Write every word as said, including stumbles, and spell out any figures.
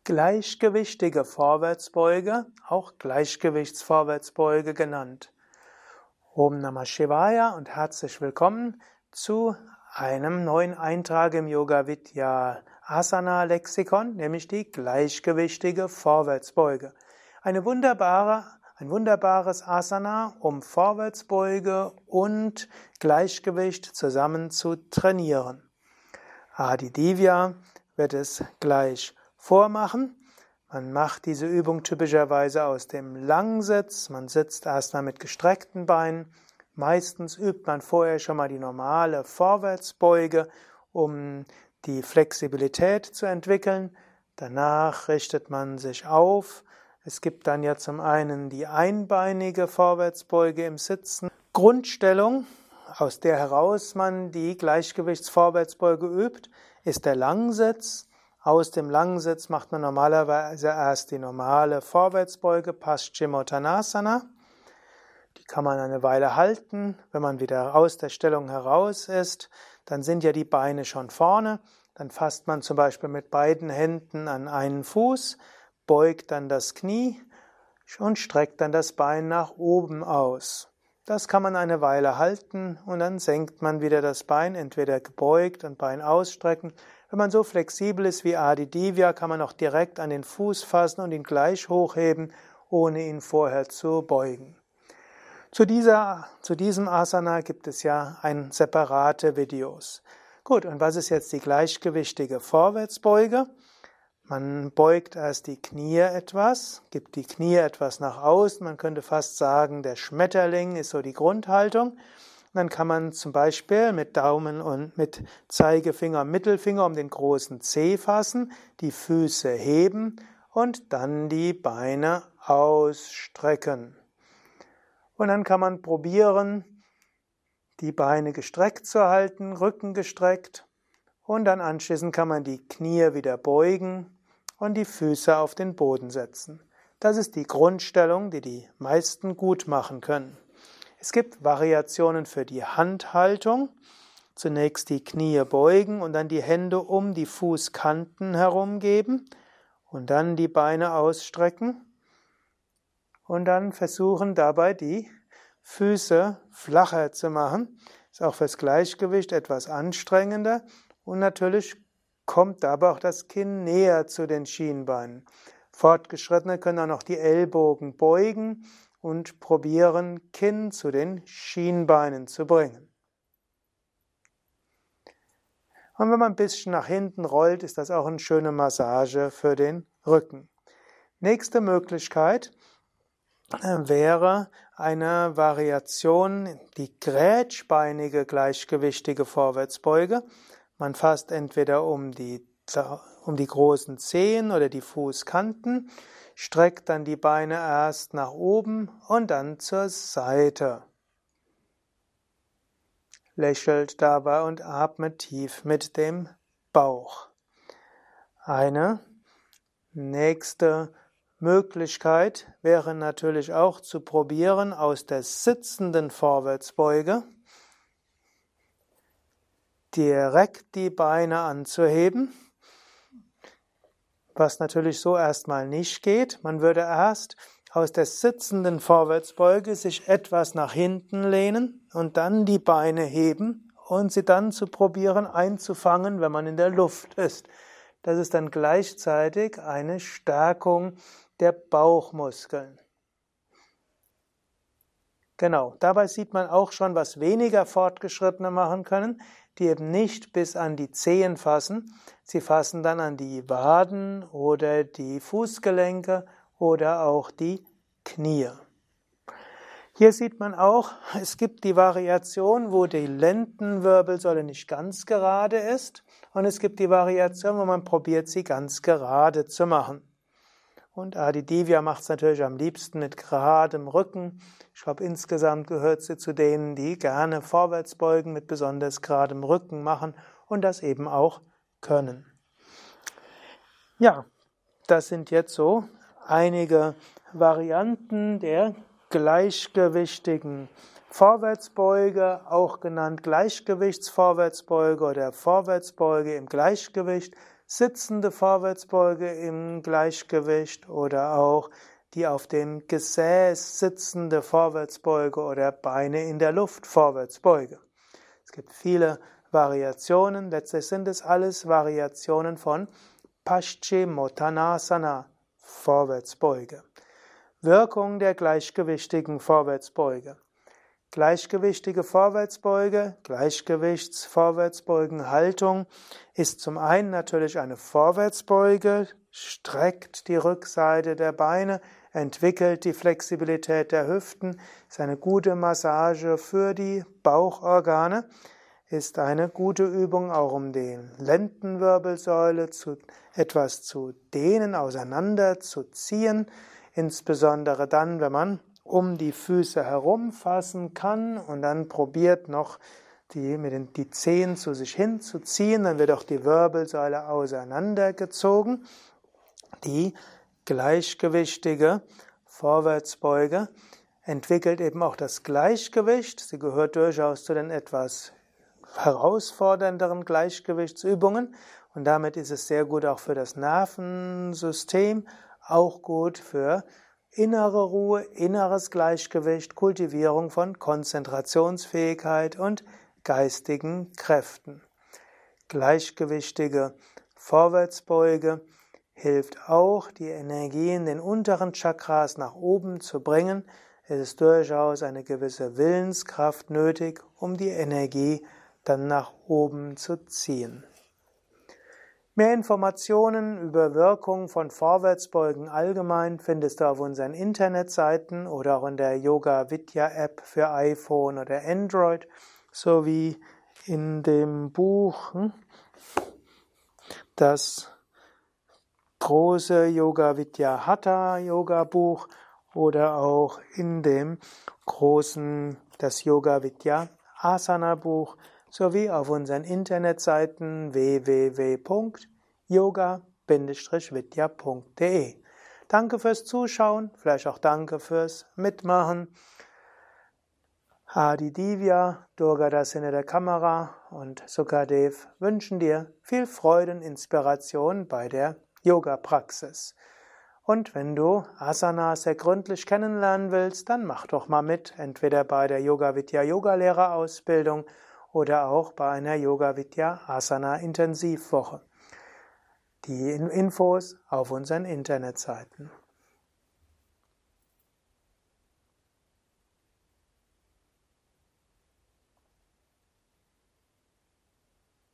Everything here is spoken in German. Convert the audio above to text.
Gleichgewichtige Vorwärtsbeuge, auch Gleichgewichtsvorwärtsbeuge genannt. Om Namah Shivaya und herzlich willkommen zu einem neuen Eintrag im Yoga Vidya Asana Lexikon, nämlich die gleichgewichtige Vorwärtsbeuge. Eine wunderbare, ein wunderbares Asana, um Vorwärtsbeuge und Gleichgewicht zusammen zu trainieren. Adi Divya wird es gleich vormachen. Man macht diese Übung typischerweise aus dem Langsitz. Man sitzt erstmal mit gestreckten Beinen. Meistens übt man vorher schon mal die normale Vorwärtsbeuge, um die Flexibilität zu entwickeln. Danach richtet man sich auf. Es gibt dann ja zum einen die einbeinige Vorwärtsbeuge im Sitzen. Grundstellung, aus der heraus man die Gleichgewichtsvorwärtsbeuge übt, ist der Langsitz. Aus dem Langsitz macht man normalerweise erst die normale Vorwärtsbeuge, Paschimottanasana. Die kann man eine Weile halten. Wenn man wieder aus der Stellung heraus ist, dann sind ja die Beine schon vorne. Dann fasst man zum Beispiel mit beiden Händen an einen Fuß, beugt dann das Knie und streckt dann das Bein nach oben aus. Das kann man eine Weile halten und dann senkt man wieder das Bein, entweder gebeugt und Bein ausstrecken. Wenn man so flexibel ist wie Adi Divya, kann man auch direkt an den Fuß fassen und ihn gleich hochheben, ohne ihn vorher zu beugen. Zu dieser, zu diesem Asana gibt es ja ein separate Videos. Gut, und was ist jetzt die gleichgewichtige Vorwärtsbeuge? Man beugt erst die Knie etwas, gibt die Knie etwas nach außen. Man könnte fast sagen, der Schmetterling ist so die Grundhaltung. Dann kann man zum Beispiel mit Daumen und mit Zeigefinger und Mittelfinger um den großen Zeh fassen, die Füße heben und dann die Beine ausstrecken. Und dann kann man probieren, die Beine gestreckt zu halten, Rücken gestreckt. Und dann anschließend kann man die Knie wieder beugen und die Füße auf den Boden setzen. Das ist die Grundstellung, die die meisten gut machen können. Es gibt Variationen für die Handhaltung. Zunächst die Knie beugen und dann die Hände um die Fußkanten herum geben und dann die Beine ausstrecken und dann versuchen dabei die Füße flacher zu machen. Ist auch fürs Gleichgewicht etwas anstrengender und natürlich kommt dabei auch das Kinn näher zu den Schienbeinen. Fortgeschrittene können auch noch die Ellbogen beugen und probieren, Kinn zu den Schienbeinen zu bringen. Und wenn man ein bisschen nach hinten rollt, ist das auch eine schöne Massage für den Rücken. Nächste Möglichkeit wäre eine Variation, die grätschbeinige gleichgewichtige Vorwärtsbeuge. Man fasst entweder um die, um die großen Zehen oder die Fußkanten, streckt dann die Beine erst nach oben und dann zur Seite. Lächelt dabei und atmet tief mit dem Bauch. Eine nächste Möglichkeit wäre natürlich auch zu probieren, aus der sitzenden Vorwärtsbeuge direkt die Beine anzuheben, was natürlich so erstmal nicht geht. Man würde erst aus der sitzenden Vorwärtsbeuge sich etwas nach hinten lehnen und dann die Beine heben und sie dann zu probieren einzufangen, wenn man in der Luft ist. Das ist dann gleichzeitig eine Stärkung der Bauchmuskeln. Genau, dabei sieht man auch schon, was weniger Fortgeschrittene machen können, die eben nicht bis an die Zehen fassen. Sie fassen dann an die Waden oder die Fußgelenke oder auch die Knie. Hier sieht man auch, es gibt die Variation, wo die Lendenwirbelsäule nicht ganz gerade ist, und es gibt die Variation, wo man probiert, sie ganz gerade zu machen. Und Adi Divya macht es natürlich am liebsten mit geradem Rücken. Ich glaube, insgesamt gehört sie zu denen, die gerne Vorwärtsbeugen mit besonders geradem Rücken machen und das eben auch können. Ja, das sind jetzt so einige Varianten der gleichgewichtigen Vorwärtsbeuge, auch genannt Gleichgewichtsvorwärtsbeuge oder Vorwärtsbeuge im Gleichgewicht, sitzende Vorwärtsbeuge im Gleichgewicht oder auch die auf dem Gesäß sitzende Vorwärtsbeuge oder Beine in der Luft Vorwärtsbeuge. Es gibt viele Variationen, letztlich sind es alles Variationen von Paschimottanasana, Vorwärtsbeuge. Wirkung der gleichgewichtigen Vorwärtsbeuge. Gleichgewichtige Vorwärtsbeuge, Gleichgewichtsvorwärtsbeugenhaltung ist zum einen natürlich eine Vorwärtsbeuge, streckt die Rückseite der Beine, entwickelt die Flexibilität der Hüften, ist eine gute Massage für die Bauchorgane, ist eine gute Übung auch um die Lendenwirbelsäule zu, etwas zu dehnen, auseinander zu ziehen, insbesondere dann, wenn man um die Füße herumfassen kann und dann probiert noch die, mit den die Zehen zu sich hinzuziehen, dann wird auch die Wirbelsäule auseinandergezogen. Die gleichgewichtige Vorwärtsbeuge entwickelt eben auch das Gleichgewicht. Sie gehört durchaus zu den etwas herausfordernderen Gleichgewichtsübungen und damit ist es sehr gut auch für das Nervensystem, auch gut für innere Ruhe, inneres Gleichgewicht, Kultivierung von Konzentrationsfähigkeit und geistigen Kräften. Gleichgewichtige Vorwärtsbeuge hilft auch, die Energie in den unteren Chakras nach oben zu bringen. Es ist durchaus eine gewisse Willenskraft nötig, um die Energie dann nach oben zu ziehen. Mehr Informationen über Wirkung von Vorwärtsbeugen allgemein findest du auf unseren Internetseiten oder auch in der Yoga Vidya App für iPhone oder Android sowie in dem Buch, das große Yoga Vidya Hatha Yoga Buch oder auch in dem großen das Yoga Vidya Asana Buch sowie auf unseren Internetseiten w w w punkt yoga vidya punkt de. Danke fürs Zuschauen, vielleicht auch danke fürs Mitmachen. Adi Divya, Durga das hinter der Kamera und Sukadev wünschen dir viel Freude und Inspiration bei der Yoga-Praxis. Und wenn du Asanas sehr gründlich kennenlernen willst, dann mach doch mal mit, entweder bei der Yoga Vidya Yogalehrerausbildung oder auch bei einer Yoga Vidya Asana Intensivwoche. Die Infos auf unseren Internetseiten.